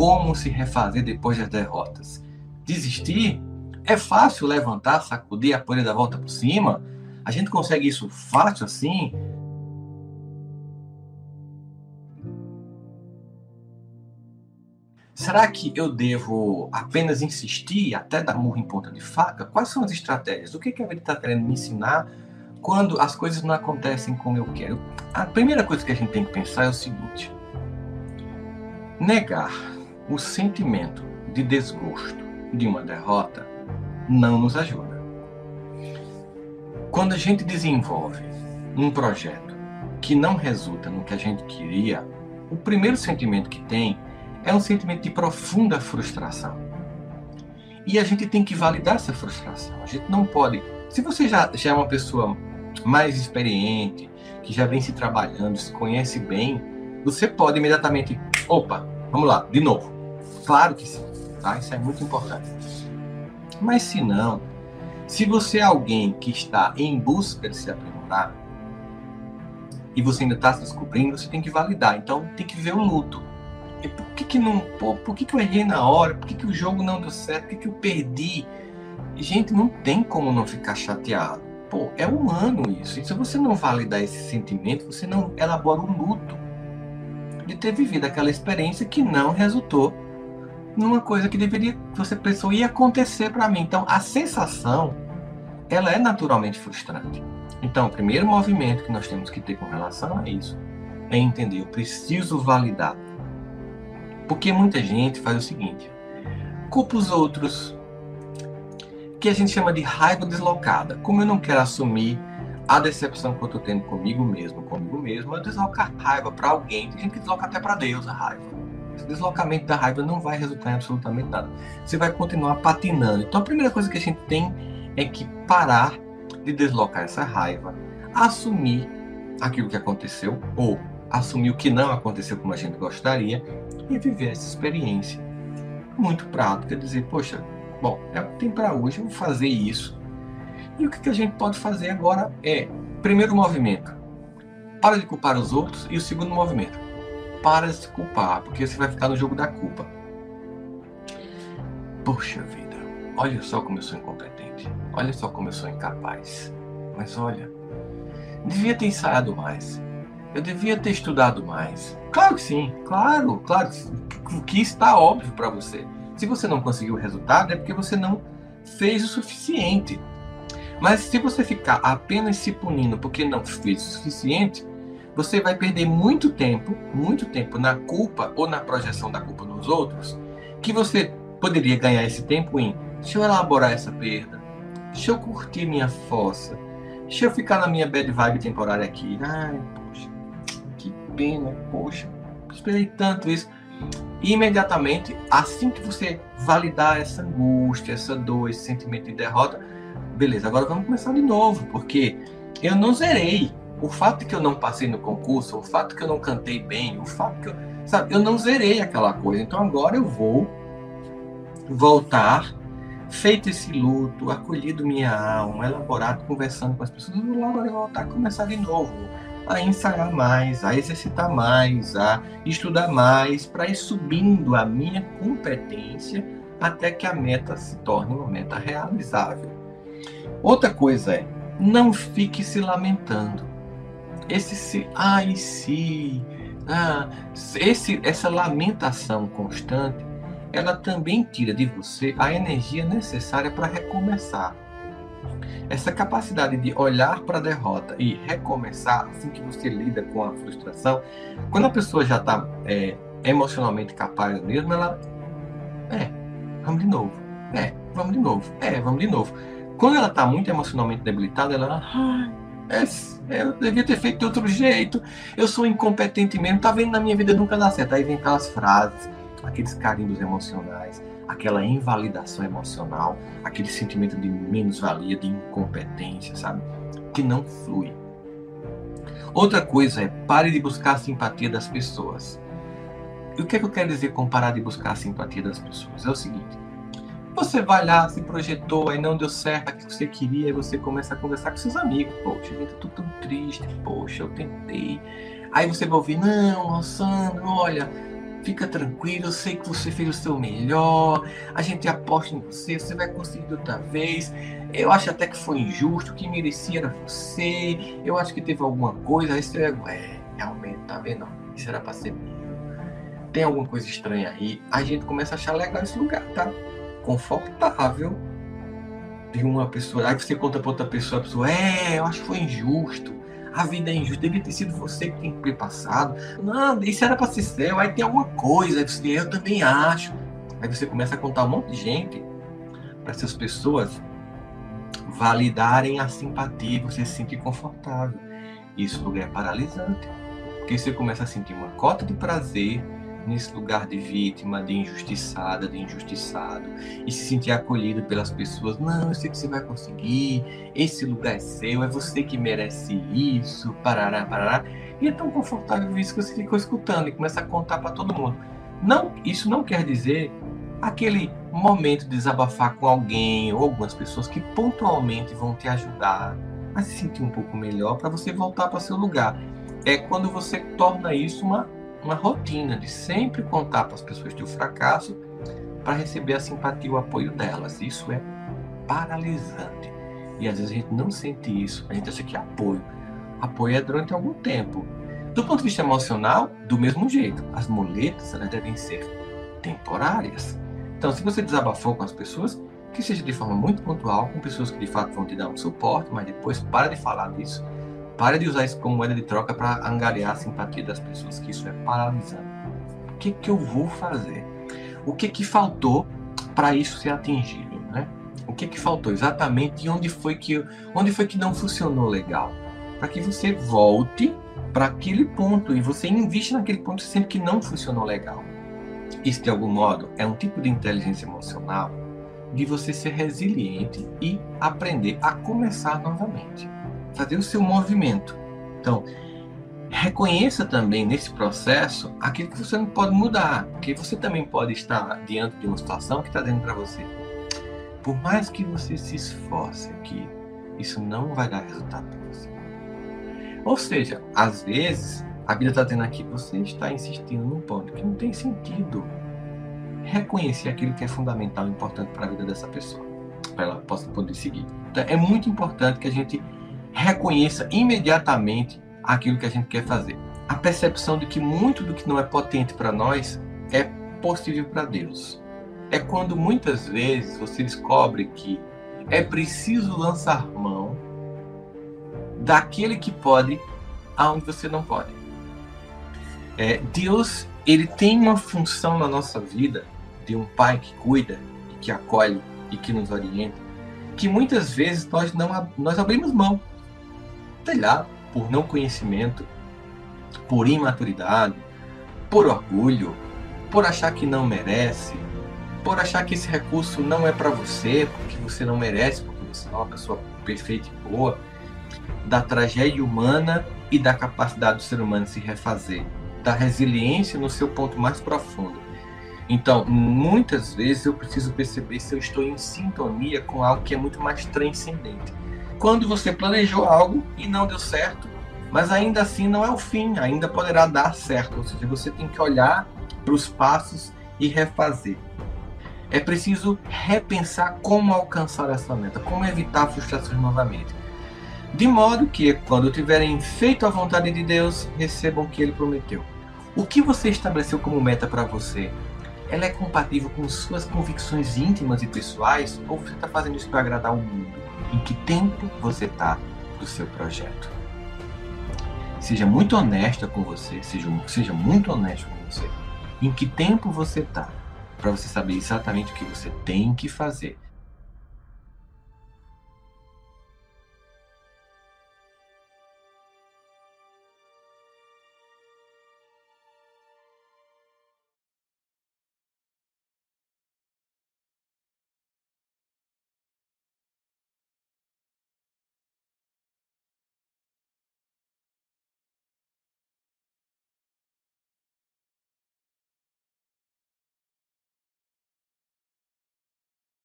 como se refazer depois das derrotas. Desistir? É fácil levantar, sacudir a poeira da volta por cima? A gente consegue isso fácil assim? Será que eu devo apenas insistir até dar murro em ponta de faca? Quais são as estratégias? O que a vida está querendo me ensinar quando as coisas não acontecem como eu quero? A primeira coisa que a gente tem que pensar é o seguinte: negar o sentimento de desgosto de uma derrota não nos ajuda. Quando a gente desenvolve um projeto que não resulta no que a gente queria, o primeiro sentimento que tem é um sentimento de profunda frustração. E a gente tem que validar essa frustração. A gente não pode... Se você já é uma pessoa mais experiente, que já vem se trabalhando, se conhece bem, você pode imediatamente... Opa, vamos lá, de novo. Claro que sim, tá? Isso é muito importante. Mas se não, se você é alguém que está em busca de se aprimorar, e você ainda está se descobrindo, você tem que validar. Então, tem que ver o luto. E por que eu errei na hora? Por que o jogo não deu certo? Por que eu perdi? Gente, não tem como não ficar chateado. É humano isso. E se você não validar esse sentimento, você não elabora um luto de ter vivido aquela experiência que não resultou numa coisa que você pensou ia acontecer para mim. Então, a sensação, ela é naturalmente frustrante. Então, o primeiro movimento que nós temos que ter com relação a isso é entender, eu preciso validar. Porque muita gente faz o seguinte: culpa os outros, que a gente chama de raiva deslocada. Como eu não quero assumir a decepção que eu estou tendo comigo mesmo, eu desloco a raiva para alguém. Tem gente que desloca até para Deus a raiva. Esse deslocamento da raiva não vai resultar em absolutamente nada. Você vai continuar patinando. Então a primeira coisa que a gente tem é que parar de deslocar essa raiva, assumir aquilo que aconteceu, ou assumir o que não aconteceu como a gente gostaria, e viver essa experiência muito prática, dizer, poxa, bom, é o que tem para hoje, eu vou fazer isso. E o que a gente pode fazer agora é, primeiro movimento, para de culpar os outros, e o segundo movimento, para de se culpar, porque você vai ficar no jogo da culpa. Poxa vida, olha só como eu sou incompetente, olha só como eu sou incapaz, mas olha, devia ter ensaiado mais, eu devia ter estudado mais. Claro que sim, claro, que está óbvio para você. Se você não conseguiu o resultado, é porque você não fez o suficiente. Mas se você ficar apenas se punindo porque não fez o suficiente, você vai perder muito tempo na culpa ou na projeção da culpa nos outros, que você poderia ganhar esse tempo em: deixa eu elaborar essa perda, deixa eu curtir minha fossa, deixa eu ficar na minha bad vibe temporária aqui. Ai, poxa, que pena, poxa, esperei tanto isso. E imediatamente, assim que você validar essa angústia, essa dor, esse sentimento de derrota, beleza, agora vamos começar de novo, porque eu não zerei. O fato de que eu não passei no concurso, o fato de que eu não cantei bem, o fato de que eu não zerei aquela coisa. Então agora eu vou voltar, feito esse luto, acolhido minha alma, elaborado, conversando com as pessoas, agora eu vou voltar a começar de novo, a ensaiar mais, a exercitar mais, a estudar mais, para ir subindo a minha competência até que a meta se torne uma meta realizável. Outra coisa é, não fique se lamentando. Essa lamentação constante, ela também tira de você a energia necessária para recomeçar. Essa capacidade de olhar para a derrota e recomeçar, assim que você lida com a frustração, quando a pessoa já está emocionalmente capaz mesmo, ela... vamos de novo. Vamos de novo. Quando ela está muito emocionalmente debilitada, ela... eu devia ter feito de outro jeito, eu sou incompetente mesmo, tá vendo, na minha vida nunca dá certo. Aí vem aquelas frases, aqueles carimbos emocionais, aquela invalidação emocional, aquele sentimento de menos-valia, de incompetência, sabe? Que não flui. Outra coisa é, pare de buscar a simpatia das pessoas. E o que é que eu quero dizer com parar de buscar a simpatia das pessoas? É o seguinte: você vai lá, se projetou, aí não deu certo aquilo que você queria, aí você começa a conversar com seus amigos. Poxa, gente, eu tô tão triste, poxa, eu tentei. Aí você vai ouvir: não, Sandro, olha, fica tranquilo, eu sei que você fez o seu melhor, a gente aposta em você, você vai conseguir outra vez. Eu acho até que foi injusto, o que merecia era você, eu acho que teve alguma coisa, aí você realmente, tá vendo? Isso era pra ser meu. Tem alguma coisa estranha aí, a gente começa a achar legal esse lugar, tá? Confortável de uma pessoa, aí você conta pra outra pessoa, a pessoa, eu acho que foi injusto, a vida é injusta, devia ter sido você que tem que ter passado, não, isso era pra ser seu, aí tem alguma coisa, aí você, eu também acho, aí você começa a contar um monte de gente para essas pessoas validarem a simpatia, você se sentir confortável. Isso lugar é paralisante, porque você começa a sentir uma cota de prazer nesse lugar de vítima, de injustiçada, de injustiçado, e se sentir acolhido pelas pessoas. Não, eu sei que você vai conseguir, esse lugar é seu, é você que merece isso, parará, parará. E é tão confortável isso que você ficou escutando e começa a contar para todo mundo. Não, isso não quer dizer aquele momento de desabafar com alguém ou algumas pessoas que pontualmente vão te ajudar a se sentir um pouco melhor para você voltar para seu lugar. É quando você torna isso uma rotina de sempre contar para as pessoas do fracasso para receber a simpatia e o apoio delas. Isso é paralisante. E às vezes a gente não sente isso. A gente acha que apoio. Apoio é durante algum tempo. Do ponto de vista emocional, do mesmo jeito. As muletas, elas devem ser temporárias. Então, se você desabafou com as pessoas, que seja de forma muito pontual, com pessoas que de fato vão te dar um suporte, mas depois para de falar disso. Para de usar isso como moeda de troca para angariar a simpatia das pessoas, que isso é paralisante. O que eu vou fazer? O que faltou para isso ser atingido, né? O que faltou exatamente e onde foi que não funcionou legal? Para que você volte para aquele ponto e você investe naquele ponto sempre que não funcionou legal. Isso, de algum modo, é um tipo de inteligência emocional de você ser resiliente e aprender a começar novamente. Fazer o seu movimento. Então, reconheça também nesse processo aquilo que você não pode mudar, porque você também pode estar diante de uma situação que está dizendo para você, por mais que você se esforce aqui, isso não vai dar resultado para você. Ou seja, às vezes a vida está dizendo aqui, você está insistindo num ponto que não tem sentido. Reconhecer aquilo que é fundamental e importante para a vida dessa pessoa, para ela possa poder seguir. Então, é muito importante que a gente reconheça imediatamente aquilo que a gente quer fazer. A percepção de que muito do que não é potente para nós é possível para Deus. É quando muitas vezes você descobre que é preciso lançar mão daquele que pode aonde você não pode. Deus, ele tem uma função na nossa vida de um pai que cuida e que acolhe e que nos orienta, que muitas vezes nós abrimos mão. Sei lá, por não conhecimento, por imaturidade, por orgulho, por achar que não merece, por achar que esse recurso não é para você, porque você não merece, porque você não é uma pessoa perfeita e boa, da tragédia humana e da capacidade do ser humano de se refazer, da resiliência no seu ponto mais profundo. Então, muitas vezes eu preciso perceber se eu estou em sintonia com algo que é muito mais transcendente. Quando você planejou algo e não deu certo, mas ainda assim não é o fim, ainda poderá dar certo. Ou seja, você tem que olhar para os passos e refazer. É preciso repensar como alcançar essa meta, como evitar frustrações novamente. De modo que, quando tiverem feito a vontade de Deus, recebam o que Ele prometeu. O que você estabeleceu como meta para você? Ela é compatível com suas convicções íntimas e pessoais? Ou você está fazendo isso para agradar o mundo? Em que tempo você está do seu projeto? Seja muito honesta com você, seja muito honesto com você. Em que tempo você está? Para você saber exatamente o que você tem que fazer